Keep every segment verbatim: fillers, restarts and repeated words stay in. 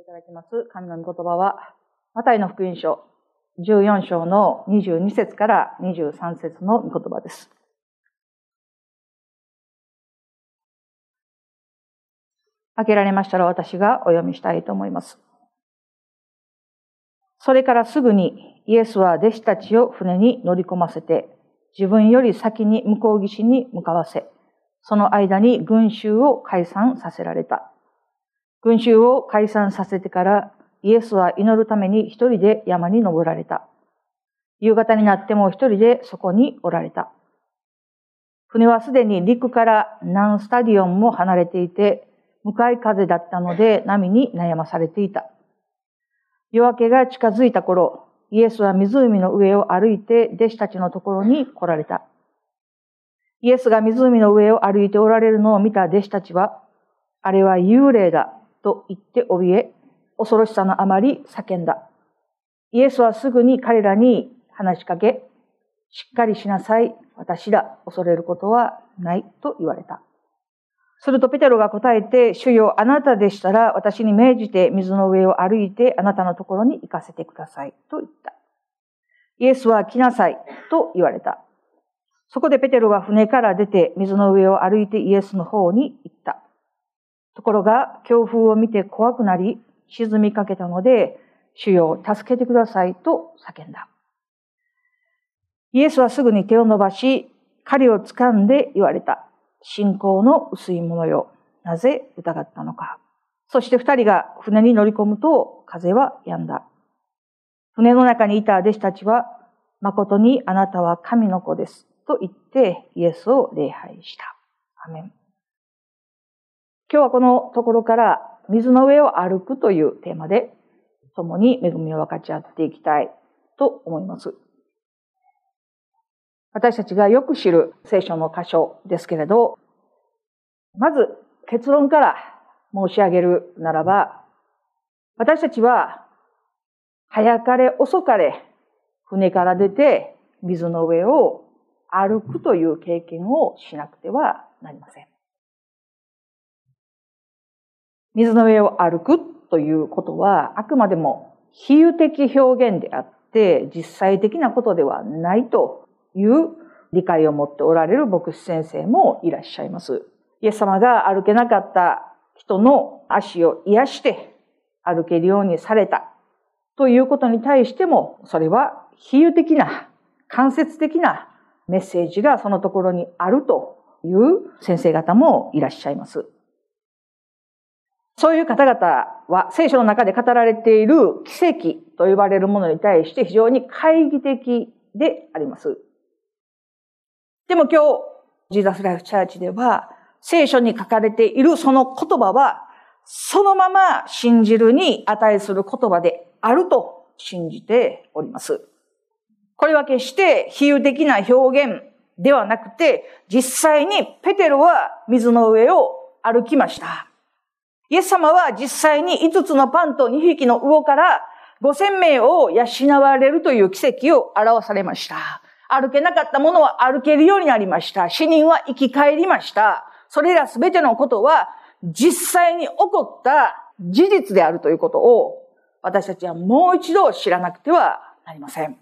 いただきます神の御言葉は、マタイの福音書じゅうよん章のにじゅうに節からにじゅうさん節の御言葉です。開けられましたら私がお読みしたいと思います。それからすぐにイエスは弟子たちを船に乗り込ませて、自分より先に向こう岸に向かわせ、その間に群衆を解散させられた。群衆を解散させてからイエスは祈るために一人で山に登られた。夕方になっても一人でそこにおられた。船はすでに陸から何スタディオンも離れていて、向かい風だったので波に悩まされていた。夜明けが近づいた頃、イエスは湖の上を歩いて弟子たちのところに来られた。イエスが湖の上を歩いておられるのを見た弟子たちは、あれは幽霊だと言って怯え、恐ろしさのあまり叫んだ。イエスはすぐに彼らに話しかけ、しっかりしなさい、私だ、恐れることはないと言われた。するとペテロが答えて、主よ、あなたでしたら私に命じて水の上を歩いてあなたのところに行かせてくださいと言った。イエスは来なさいと言われた。そこでペテロは船から出て水の上を歩いてイエスの方に行った。ところが強風を見て怖くなり沈みかけたので、主よ、助けてくださいと叫んだ。イエスはすぐに手を伸ばし、彼を掴んで言われた。信仰の薄い者よ、なぜ疑ったのか。そして二人が船に乗り込むと風は止んだ。船の中にいた弟子たちは、誠にあなたは神の子ですと言ってイエスを礼拝した。アメン。今日はこのところから水の上を歩くというテーマで共に恵みを分かち合っていきたいと思います。私たちがよく知る聖書の箇所ですけれど、まず結論から申し上げるならば、私たちは早かれ遅かれ船から出て水の上を歩くという経験をしなくてはなりません。水の上を歩くということはあくまでも比喩的表現であって実際的なことではないという理解を持っておられる牧師先生もいらっしゃいます。イエス様が歩けなかった人の足を癒して歩けるようにされたということに対しても、それは比喩的な間接的なメッセージがそのところにあるという先生方もいらっしゃいます。そういう方々は聖書の中で語られている奇跡と呼ばれるものに対して非常に懐疑的であります。でも今日、ジーザスライフチャーチでは聖書に書かれているその言葉はそのまま信じるに値する言葉であると信じております。これは決して比喩的な表現ではなくて、実際にペテロは水の上を歩きました。イエス様は実際にいつつのパンとにひきの魚からごせんめいを養われるという奇跡を表されました。歩けなかった者は歩けるようになりました。死人は生き返りました。それらすべてのことは実際に起こった事実であるということを私たちはもう一度知らなくてはなりません。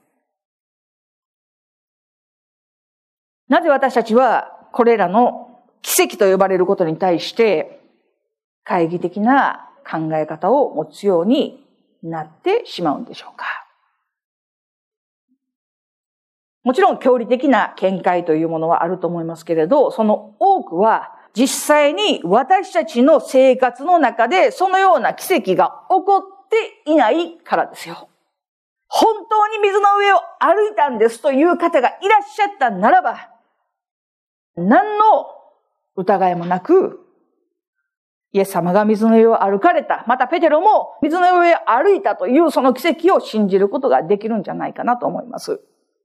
なぜ私たちはこれらの奇跡と呼ばれることに対して懐疑的な考え方を持つようになってしまうんでしょうか。もちろん教理的な見解というものはあると思いますけれど、その多くは実際に私たちの生活の中でそのような奇跡が起こっていないからですよ。本当に水の上を歩いたんですという方がいらっしゃったならば、何の疑いもなく、イエス様が水の上を歩かれた、またペテロも水の上を歩いたというその奇跡を信じることができるんじゃないかなと思います。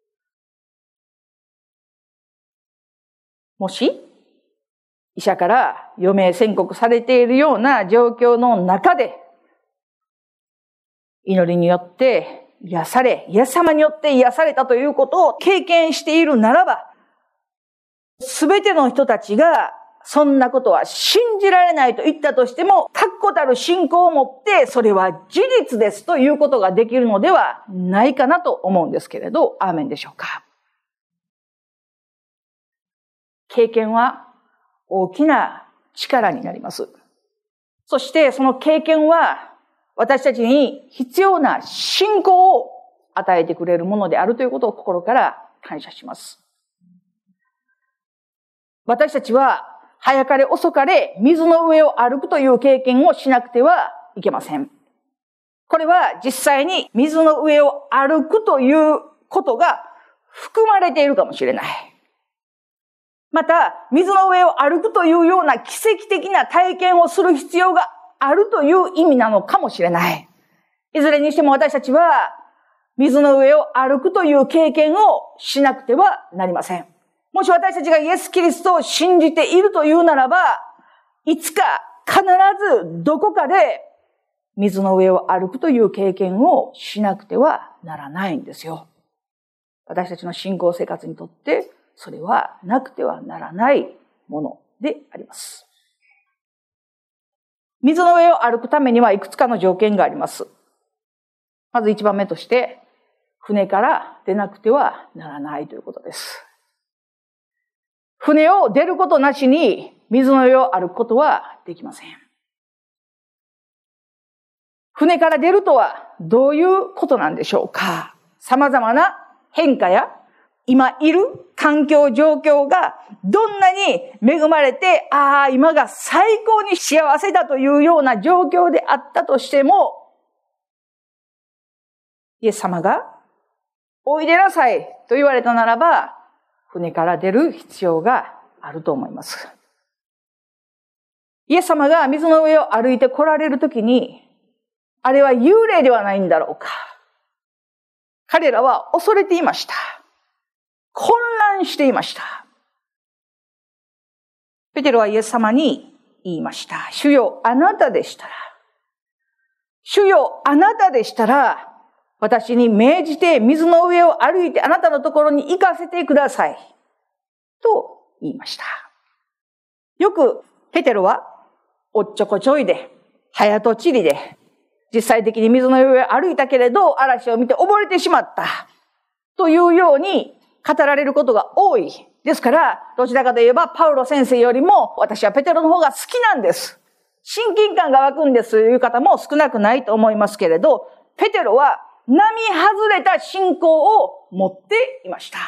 もし、医者から余命宣告されているような状況の中で、祈りによって癒され、イエス様によって癒されたということを経験しているならば、すべての人たちがそんなことは信じられないと言ったとしても、確固たる信仰を持って、それは事実ですということができるのではないかなと思うんですけれど、アーメンでしょうか。経験は大きな力になります。そしてその経験は私たちに必要な信仰を与えてくれるものであるということを心から感謝します。私たちは早かれ遅かれ水の上を歩くという経験をしなくてはいけません。これは実際に水の上を歩くということが含まれているかもしれない。また、水の上を歩くというような奇跡的な体験をする必要があるという意味なのかもしれない。いずれにしても私たちは水の上を歩くという経験をしなくてはなりません。もし私たちがイエス・キリストを信じているというならば、いつか必ずどこかで水の上を歩くという経験をしなくてはならないんですよ。私たちの信仰生活にとってそれはなくてはならないものであります。水の上を歩くためにはいくつかの条件があります。まず一番目として、船から出なくてはならないということです。船を出ることなしに水の上を歩くことはできません。船から出るとはどういうことなんでしょうか。様々な変化や今いる環境状況がどんなに恵まれて、ああ、今が最高に幸せだというような状況であったとしても、イエス様がおいでなさいと言われたならば、船から出る必要があると思います。イエス様が水の上を歩いて来られるときに、あれは幽霊ではないんだろうか。彼らは恐れていました。混乱していました。ペテロはイエス様に言いました。主よ、あなたでしたら、主よ、あなたでしたら、私に命じて水の上を歩いてあなたのところに行かせてください。と言いました。よくペテロはおっちょこちょいで、早とちりで、実際的に水の上を歩いたけれど嵐を見て溺れてしまった。というように語られることが多い。ですから、どちらかといえばパウロ先生よりも私はペテロの方が好きなんです。親近感が湧くんですという方も少なくないと思いますけれど、ペテロは並外れた信仰を持っていました。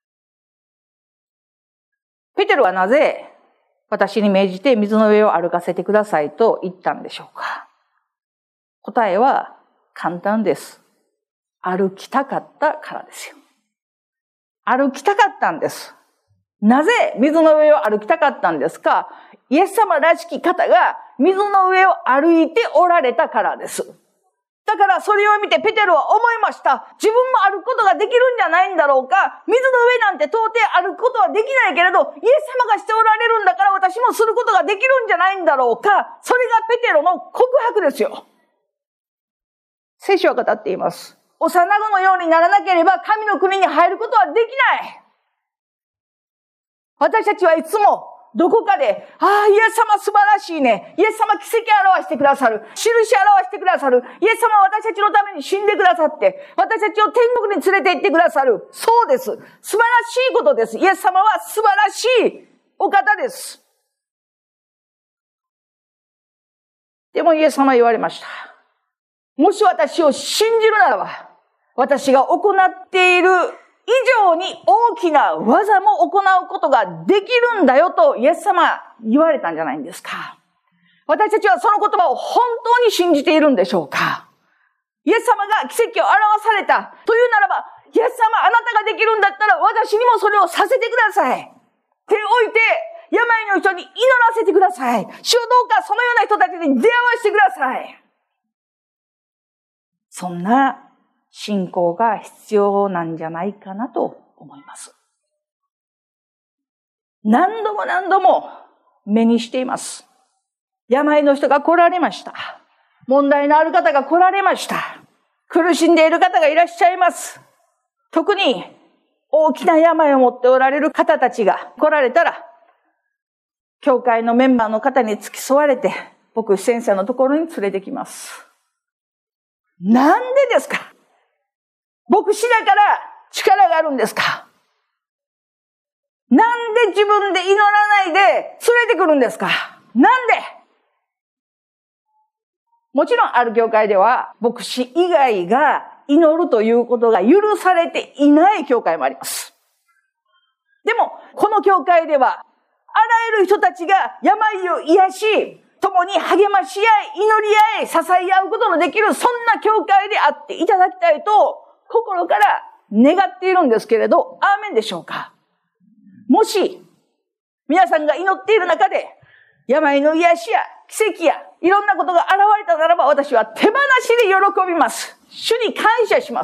ペテロはなぜ私に命じて水の上を歩かせてくださいと言ったんでしょうか。答えは簡単です。歩きたかったからですよ。歩きたかったんです。なぜ水の上を歩きたかったんですか。イエス様らしき方が水の上を歩いておられたからです。だからそれを見てペテロは思いました。自分も歩くことができるんじゃないんだろうか。水の上なんて到底歩くことはできないけれど、イエス様がしておられるんだから私もすることができるんじゃないんだろうか。それがペテロの告白ですよ。聖書は語っています。幼子のようにならなければ神の国に入ることはできない。私たちはいつもどこかで、ああ、イエス様素晴らしいね。イエス様奇跡を表してくださる。印表してくださる。イエス様は私たちのために死んでくださって、私たちを天国に連れて行ってくださる。そうです。素晴らしいことです。イエス様は素晴らしいお方です。でもイエス様は言われました。もし私を信じるならば、私が行っている以上に大きな技も行うことができるんだよとイエス様言われたんじゃないんですか。私たちはその言葉を本当に信じているんでしょうか。イエス様が奇跡を表されたというならば、イエス様あなたができるんだったら私にもそれをさせてください。手を置いて病の人に祈らせてください。主よどうかそのような人たちに出会わせてください。そんな信仰が必要なんじゃないかなと思います。何度も何度も目にしています。病の人が来られました。問題のある方が来られました。苦しんでいる方がいらっしゃいます。特に大きな病を持っておられる方たちが来られたら、 教会のメンバーの方に付き添われて、牧師先生のところに連れてきます。なんでですか？牧師だから力があるんですか？なんで自分で祈らないで連れてくるんですか？なんで？もちろんある教会では牧師以外が祈るということが許されていない教会もあります。でもこの教会ではあらゆる人たちが病を癒し、共に励まし合い、祈り合い、支え合うことのできるそんな教会であっていただきたいと心から願っているんですけれど、アーメンでしょうか？もし皆さんが祈っている中で病の癒しや奇跡やいろんなことが現れたならば、私は手放しで喜びます。主に感謝します。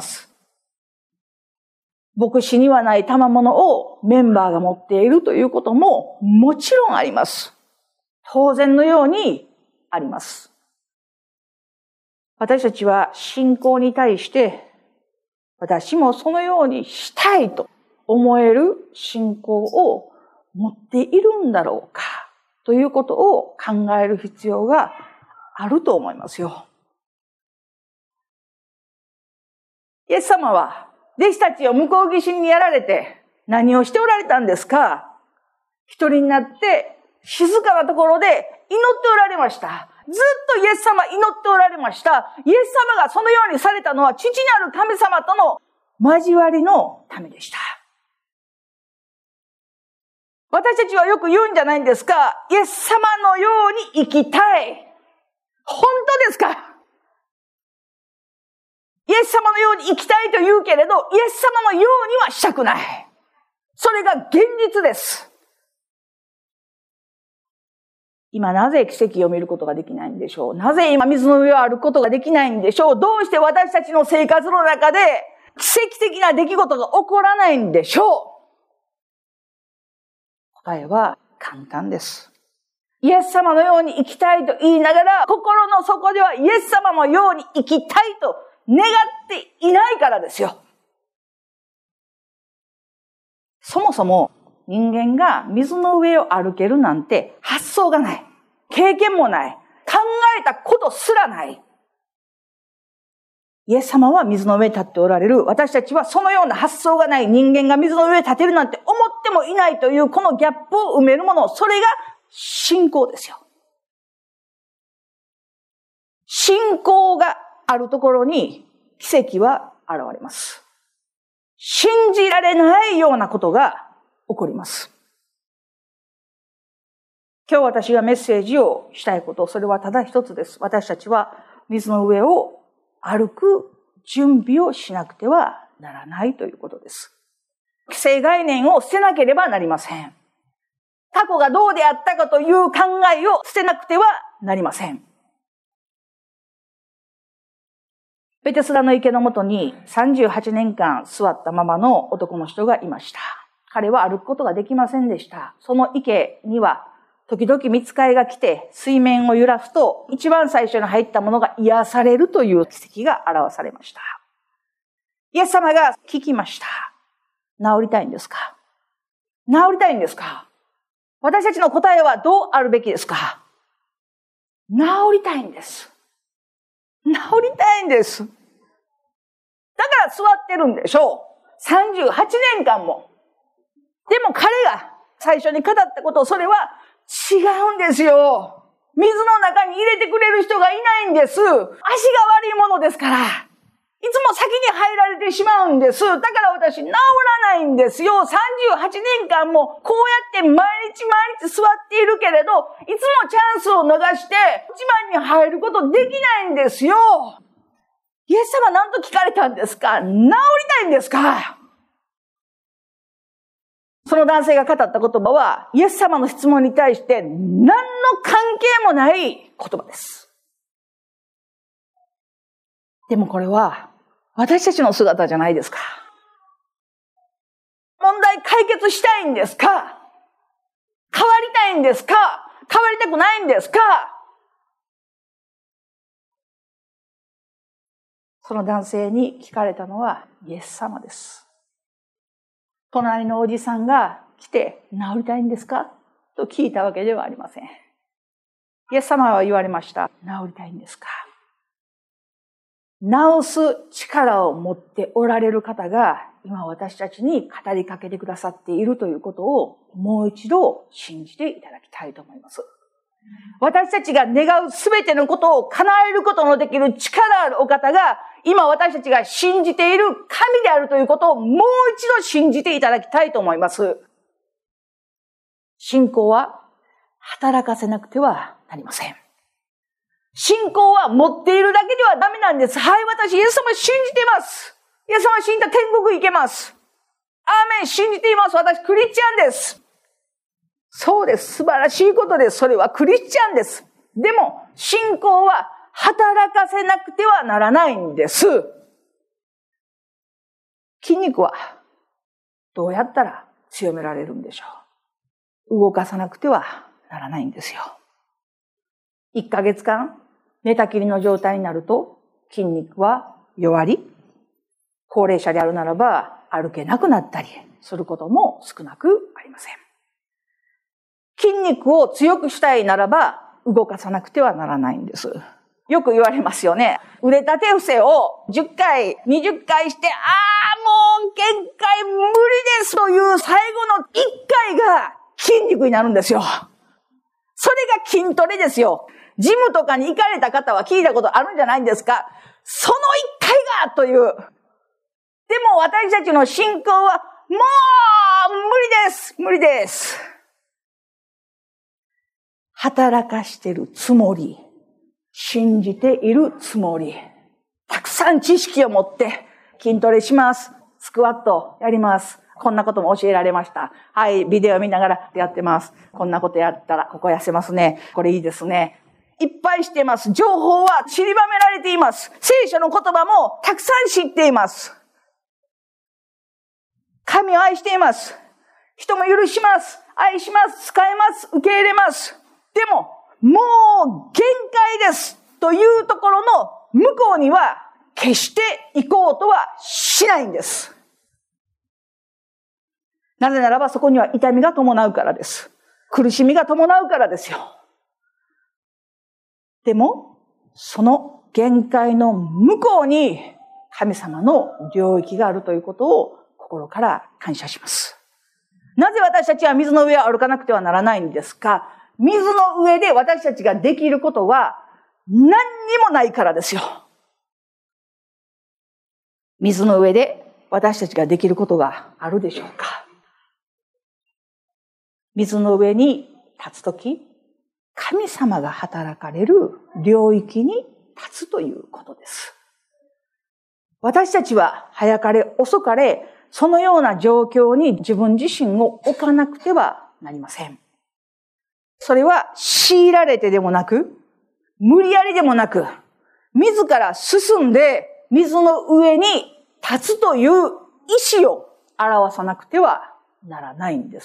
牧師にはない賜物をメンバーが持っているということももちろんあります。当然のようにあります。私たちは信仰に対して私もそのようにしたいと思える信仰を持っているんだろうかということを考える必要があると思いますよ。イエス様は弟子たちを向こう岸にやられて何をしておられたんですか？一人になって静かなところで祈っておられました。ずっとイエス様祈っておられました。イエス様がそのようにされたのは父なる神様との交わりのためでした。私たちはよく言うんじゃないんですか？イエス様のように生きたい。本当ですか？イエス様のように生きたいと言うけれど、イエス様のようにはしたくない。それが現実です。今なぜ奇跡を見ることができないんでしょう？なぜ今水の上を歩くことができないんでしょう？どうして私たちの生活の中で奇跡的な出来事が起こらないんでしょう？答えは簡単です。イエス様のように生きたいと言いながら、心の底ではイエス様のように生きたいと願っていないからですよ。そもそも人間が水の上を歩けるなんて発想がない。経験もない。考えたことすらない。イエス様は水の上に立っておられる。私たちはそのような発想がない人間が水の上に立てるなんて思ってもいないというこのギャップを埋めるもの、それが信仰ですよ。信仰があるところに奇跡は現れます。信じられないようなことが起こります。今日私がメッセージをしたいこと、それはただ一つです。私たちは水の上を歩く準備をしなくてはならないということです。既成概念を捨てなければなりません。過去がどうであったかという考えを捨てなくてはなりません。ベテスダの池の下にさんじゅうはちねんかん座ったままの男の人がいました。彼は歩くことができませんでした。その池には時々御使いが来て水面を揺らすと一番最初に入ったものが癒されるという奇跡が表されました。イエス様が聞きました。治りたいんですか？治りたいんですか？私たちの答えはどうあるべきですか？治りたいんです。治りたいんです。だから座ってるんでしょう。さんじゅうはちねんかんも。でも彼が最初に語ったこと、それは違うんですよ。水の中に入れてくれる人がいないんです。足が悪いものですから。いつも先に入られてしまうんです。だから私治らないんですよ。さんじゅうはちねんかんもこうやって毎日毎日座っているけれど、いつもチャンスを逃して一番に入ることできないんですよ。イエス様何と聞かれたんですか？治りたいんですか？その男性が語った言葉は、イエス様の質問に対して何の関係もない言葉です。でもこれは私たちの姿じゃないですか。問題解決したいんですか？変わりたいんですか？変わりたくないんですか？その男性に聞かれたのはイエス様です。隣のおじさんが来て、治りたいんですかと聞いたわけではありません。イエス様は言われました。治りたいんですか？治す力を持っておられる方が今私たちに語りかけてくださっているということをもう一度信じていただきたいと思います。私たちが願うすべてのことを叶えることのできる力あるお方が今私たちが信じている神であるということをもう一度信じていただきたいと思います。信仰は働かせなくてはなりません。信仰は持っているだけではダメなんです。はい、私、イエス様信じています。イエス様信じたら天国行けます。アーメン、信じています。私、クリスチャンです。そうです。素晴らしいことです。それはクリスチャンです。でも、信仰は働かせなくてはならないんです。筋肉はどうやったら強められるんでしょう。動かさなくてはならないんですよ。いっかげつかん寝たきりの状態になると筋肉は弱り、高齢者であるならば歩けなくなったりすることも少なくありません。筋肉を強くしたいならば動かさなくてはならないんです。よく言われますよね。腕立て伏せをじゅっかい、にじゅっかいして、ああ、もう限界無理ですという最後のいっかいが筋肉になるんですよ。それが筋トレですよ。ジムとかに行かれた方は聞いたことあるんじゃないんですか？そのいっかいがという。でも私たちの信仰はもう無理です。無理です。働かしてるつもり、信じているつもり、たくさん知識を持って筋トレします。スクワットやります。こんなことも教えられました。はい、ビデオ見ながらやってます。こんなことやったらここ痩せますね。これいいですね。いっぱいしています。情報は散りばめられています。聖書の言葉もたくさん知っています。神を愛しています。人も許します。愛します。使えます。受け入れます。でも、もう限界ですというところの向こうには決して行こうとはしないんです。なぜならばそこには痛みが伴うからです。苦しみが伴うからですよ。でも、その限界の向こうに神様の領域があるということを心から感謝します。なぜ私たちは水の上を歩かなくてはならないんですか？水の上で私たちができることは何にもないからですよ。水の上で私たちができることがあるでしょうか？水の上に立つとき、神様が働かれる領域に立つということです。私たちは早かれ遅かれ、そのような状況に自分自身を置かなくてはなりません。それは強いられてでもなく、無理やりでもなく、自ら進んで水の上に立つという意志を表さなくてはならないんです。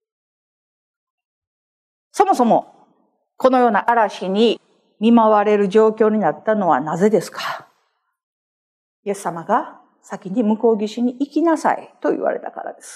そもそも、このような嵐に見舞われる状況になったのはなぜですか？イエス様が先に向こう岸に行きなさいと言われたからです。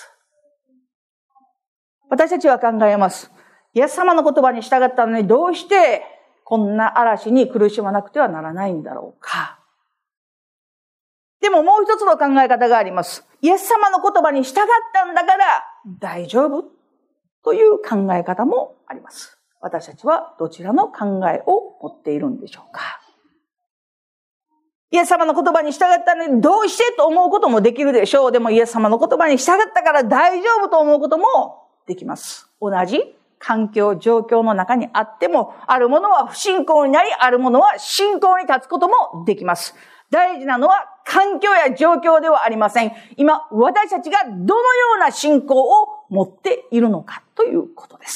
私たちは考えます。イエス様の言葉に従ったのにどうしてこんな嵐に苦しまなくてはならないんだろうか。でももう一つの考え方があります。イエス様の言葉に従ったんだから大丈夫という考え方もあります。私たちはどちらの考えを持っているんでしょうか。イエス様の言葉に従ったのにどうしてと思うこともできるでしょう。でもイエス様の言葉に従ったから大丈夫と思うこともできます。同じ環境、状況の中にあっても、あるものは不信仰になり、あるものは信仰に立つこともできます。大事なのは環境や状況ではありません。今、私たちがどのような信仰を持っているのかということです。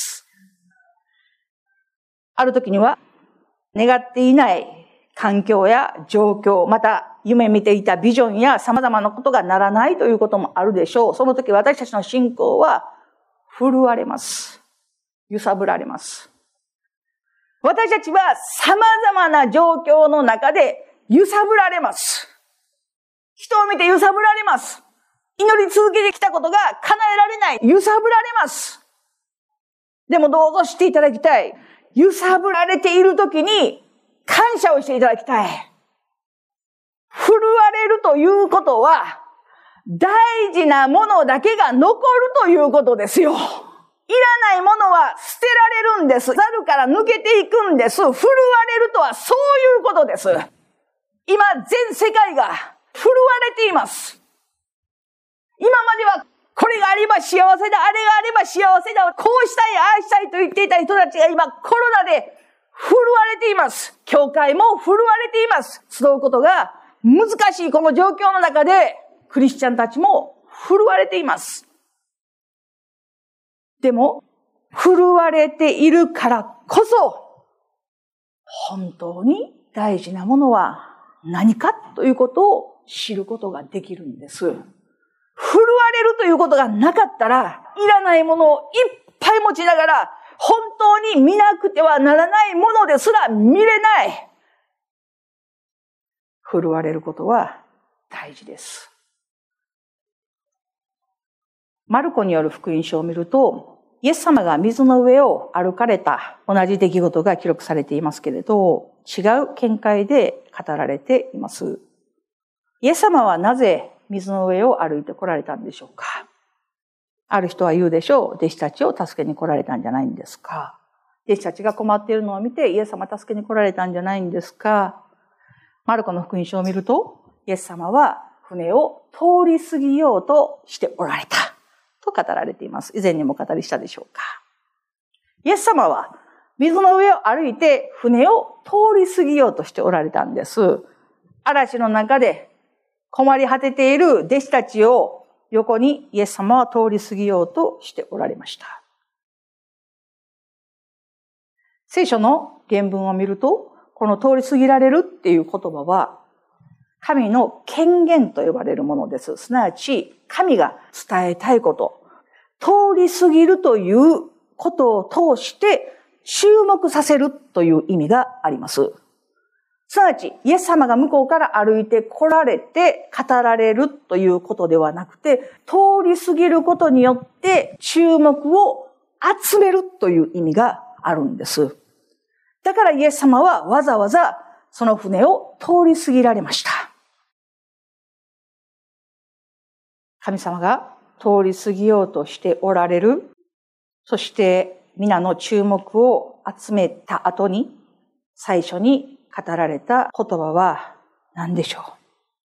ある時には、願っていない環境や状況、また夢見ていたビジョンや様々なことがならないということもあるでしょう。その時私たちの信仰は震われます。揺さぶられます。私たちは様々な状況の中で揺さぶられます。人を見て揺さぶられます。祈り続けてきたことが叶えられない。揺さぶられます。 でもどうぞしていただきたい。揺さぶられているときに感謝をしていただきたい。振るわれるということは、大事なものだけが残るということですよ。いらないものは捨てられるんです。ザルから抜けていくんです。振るわれるとはそういうことです。今、全世界が振るわれています。今まではこれがあれば幸せだ、あれがあれば幸せだ、こうしたい、ああしたいと言っていた人たちが今コロナで振るわれています。教会も振るわれています。集うことが難しいこの状況の中で、クリスチャンたちも振るわれています。でも、振るわれているからこそ、本当に大事なものは何かということを知ることができるんです。振るわれるということがなかったら、いらないものをいっぱい持ちながら、本当に見なくてはならないものですら見れない。振るわれることは大事です。マルコによる福音書を見ると、イエス様が水の上を歩かれた同じ出来事が記録されていますけれど、違う見解で語られています。イエス様はなぜ水の上を歩いて来られたんでしょうか。ある人は言うでしょう。弟子たちを助けに来られたんじゃないんですか。弟子たちが困っているのを見て、イエス様助けに来られたんじゃないんですか。マルコの福音書を見ると、イエス様は船を通り過ぎようとしておられたと語られています。以前にも語りしたでしょうか。イエス様は水の上を歩いて船を通り過ぎようとしておられたんです。嵐の中で困り果てている弟子たちを横にイエス様は通り過ぎようとしておられました。聖書の原文を見ると、この通り過ぎられるっていう言葉は、神の権限と呼ばれるものです。すなわち、神が伝えたいこと、通り過ぎるということを通して注目させるという意味があります。すなわち、イエス様が向こうから歩いて来られて語られるということではなくて、通り過ぎることによって注目を集めるという意味があるんです。だからイエス様はわざわざその船を通り過ぎられました。神様が通り過ぎようとしておられる。そして皆の注目を集めた後に最初に語られた言葉は何でしょう。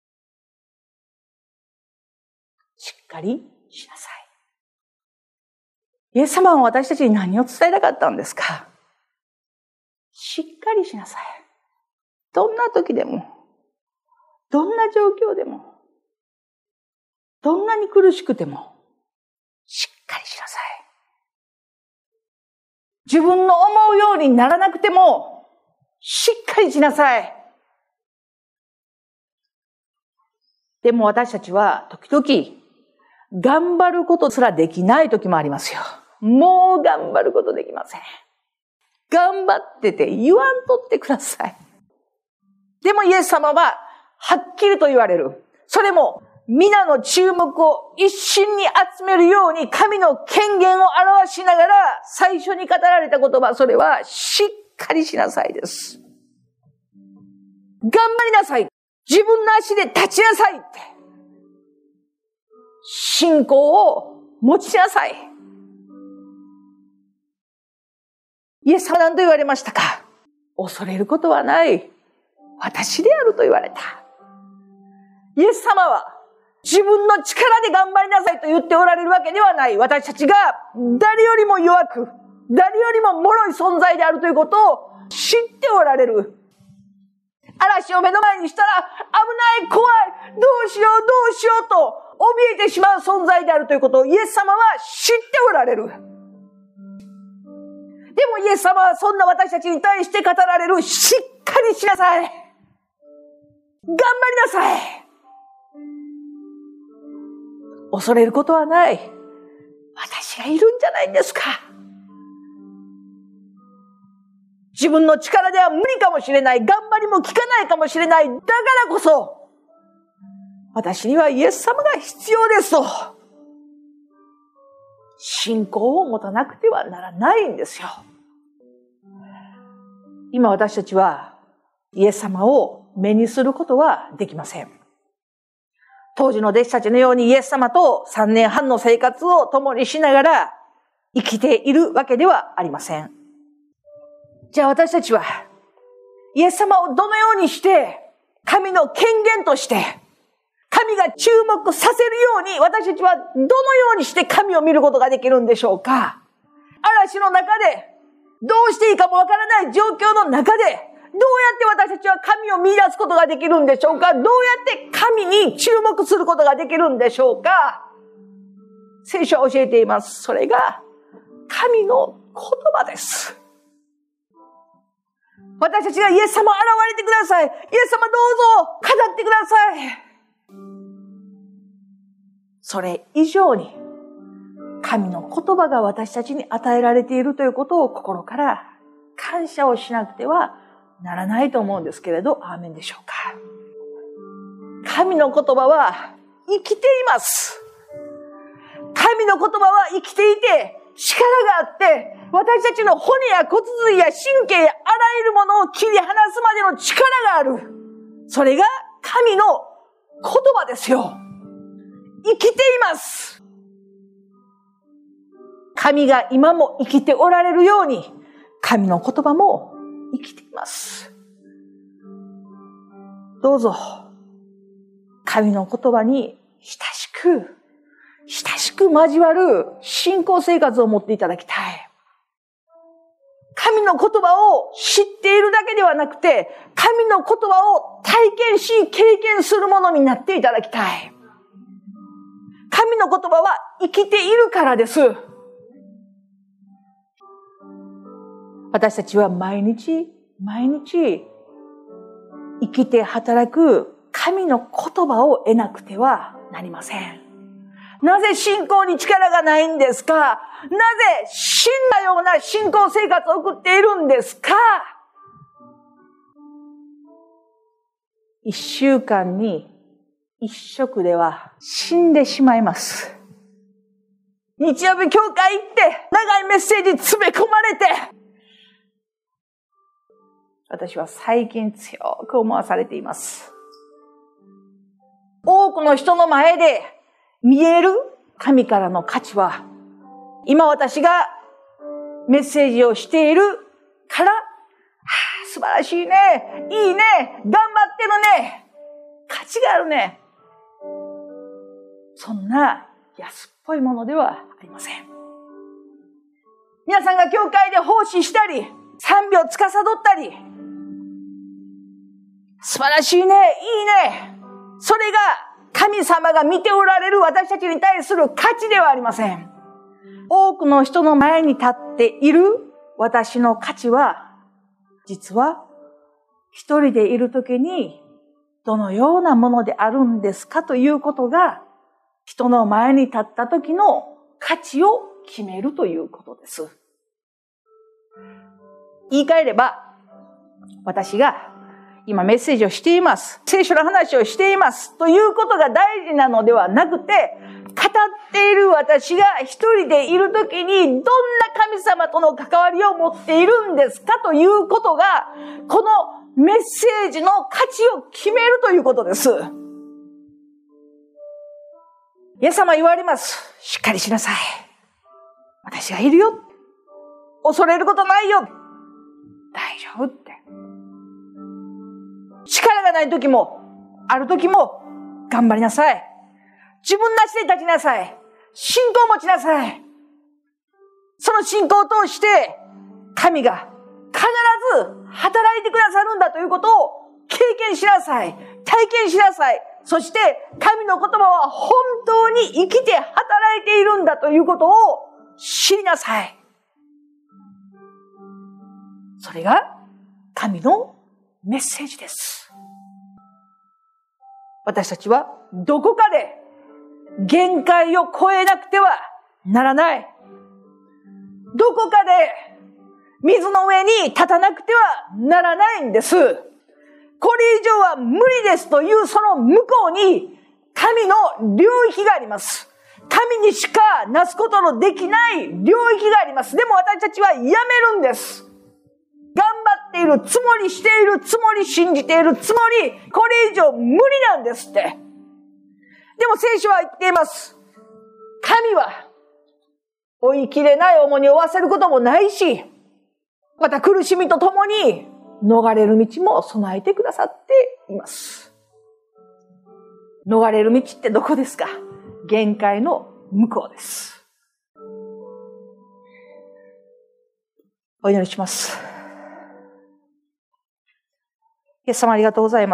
しっかりしなさい。イエス様は私たちに何を伝えたかったんですか。しっかりしなさい。どんな時でも、どんな状況でも、どんなに苦しくても、しっかりしなさい。自分の思うようにならなくても、しっかりしなさい。でも私たちは時々、頑張ることすらできない時もありますよ。もう頑張ることできません。頑張ってて言わんとってください。でもイエス様ははっきりと言われる。それも皆の注目を一心に集めるように神の権限を表しながら最初に語られた言葉、それはしっかりしなさいです。頑張りなさい。自分の足で立ちなさいって。信仰を持ちなさい。イエス様は何と言われましたか。恐れることはない。私であると言われた。イエス様は自分の力で頑張りなさいと言っておられるわけではない。私たちが誰よりも弱く、誰よりも脆い存在であるということを知っておられる。嵐を目の前にしたら危ない、怖い、どうしよう、どうしようと怯えてしまう存在であるということをイエス様は知っておられる。でもイエス様はそんな私たちに対して語られる、しっかりしなさい。頑張りなさい。恐れることはない。私がいるんじゃないんですか。自分の力では無理かもしれない。頑張りも効かないかもしれない。だからこそ、私にはイエス様が必要ですと。 信仰を持たなくてはならないんですよ。今私たちはイエス様を目にすることはできません。当時の弟子たちのようにイエス様とさんねんはんの生活を共にしながら生きているわけではありません。じゃあ私たちはイエス様をどのようにして神の権限として神が注目させるように私たちはどのようにして神を見ることができるんでしょうか。嵐の中でどうしていいかもわからない状況の中でどうやって私たちは神を見出すことができるんでしょうか。どうやって神に注目することができるんでしょうか。聖書は教えています。それが神の言葉です。私たちがイエス様現れてください。イエス様どうぞ語ってください。それ以上に神の言葉が私たちに与えられているということを心から感謝をしなくてはならないと思うんですけれど、アーメンでしょうか。神の言葉は生きています。神の言葉は生きていて力があって、私たちの骨や骨髄や神経やあらゆるものを切り離すまでの力がある。それが神の言葉ですよ。生きています。神が今も生きておられるように、神の言葉も生きています。どうぞ、神の言葉に親しく、親しく交わる信仰生活を持っていただきたい。神の言葉を知っているだけではなくて、神の言葉を体験し、経験するものになっていただきたい。神の言葉は生きているからです。私たちは毎日、毎日、生きて働く神の言葉を得なくてはなりません。なぜ信仰に力がないんですか？なぜ死んだような信仰生活を送っているんですか？一週間に一食では死んでしまいます。日曜日教会行って長いメッセージ詰め込まれて、私は最近強く思わされています。多くの人の前で見える神からの価値は、今私がメッセージをしているから、はあ、素晴らしいね、いいね、頑張ってるね、価値があるね。そんな安っぽいものではありません。皆さんが教会で奉仕したり、賛美を司ったり、素晴らしいね、いいね。それが神様が見ておられる私たちに対する価値ではありません。多くの人の前に立っている私の価値は、実は一人でいるときにどのようなものであるんですかということが、人の前に立ったときの価値を決めるということです。言い換えれば、私が今メッセージをしています。聖書の話をしています。ということが大事なのではなくて、語っている私が一人でいるときにどんな神様との関わりを持っているんですかということが、このメッセージの価値を決めるということです。イエス様言われます。しっかりしなさい。私がいるよ。恐れることないよ。大丈夫って。力がない時も、ある時も、頑張りなさい。自分なしで立ちなさい。信仰を持ちなさい。その信仰を通して、神が必ず働いてくださるんだということを経験しなさい。体験しなさい。そして、神の言葉は本当に生きて働いているんだということを知りなさい。それが神のメッセージです。私たちはどこかで限界を超えなくてはならない。どこかで水の上に立たなくてはならないんです。これ以上は無理ですというその向こうに神の領域があります。 神にしかなすことのできない領域があります。でも私たちはやめるんです。頑張っているつもり、しているつもり、信じているつもり、これ以上無理なんですって。でも聖書は言っています。神は追いきれない重荷を負わせることもないし、また苦しみとともに逃れる道も備えてくださっています。逃れる道ってどこですか？限界の向こうです。お祈りします。イエス様ありがとうございます。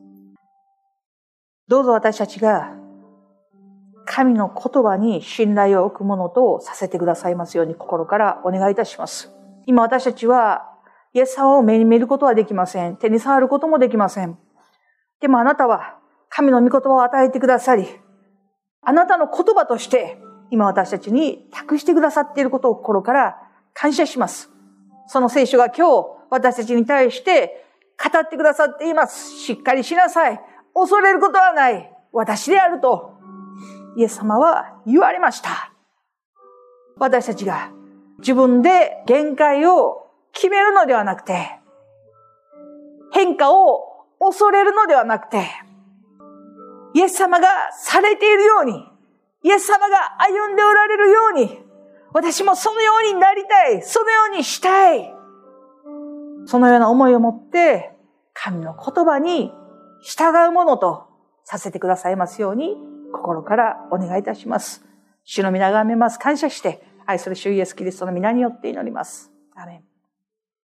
どうぞ私たちが神の言葉に信頼を置くものとさせてくださいますように心からお願いいたします。今私たちはイエス様を目に見ることはできません。手に触ることもできません。でもあなたは神の御言葉を与えてくださり、あなたの言葉として今私たちに託してくださっていることを心から感謝します。その聖書が今日私たちに対して語ってくださっています。しっかりしなさい。恐れることはない。私であるとイエス様は言われました。私たちが自分で限界を決めるのではなくて、変化を恐れるのではなくて、イエス様がされているように、イエス様が歩んでおられるように、私もそのようになりたい、そのようにしたい。そのような思いを持って、神の言葉に従うものとさせてくださいますように、心からお願いいたします。主の皆がめます。感謝して、愛する主イエスキリストの皆によって祈ります。アーメン。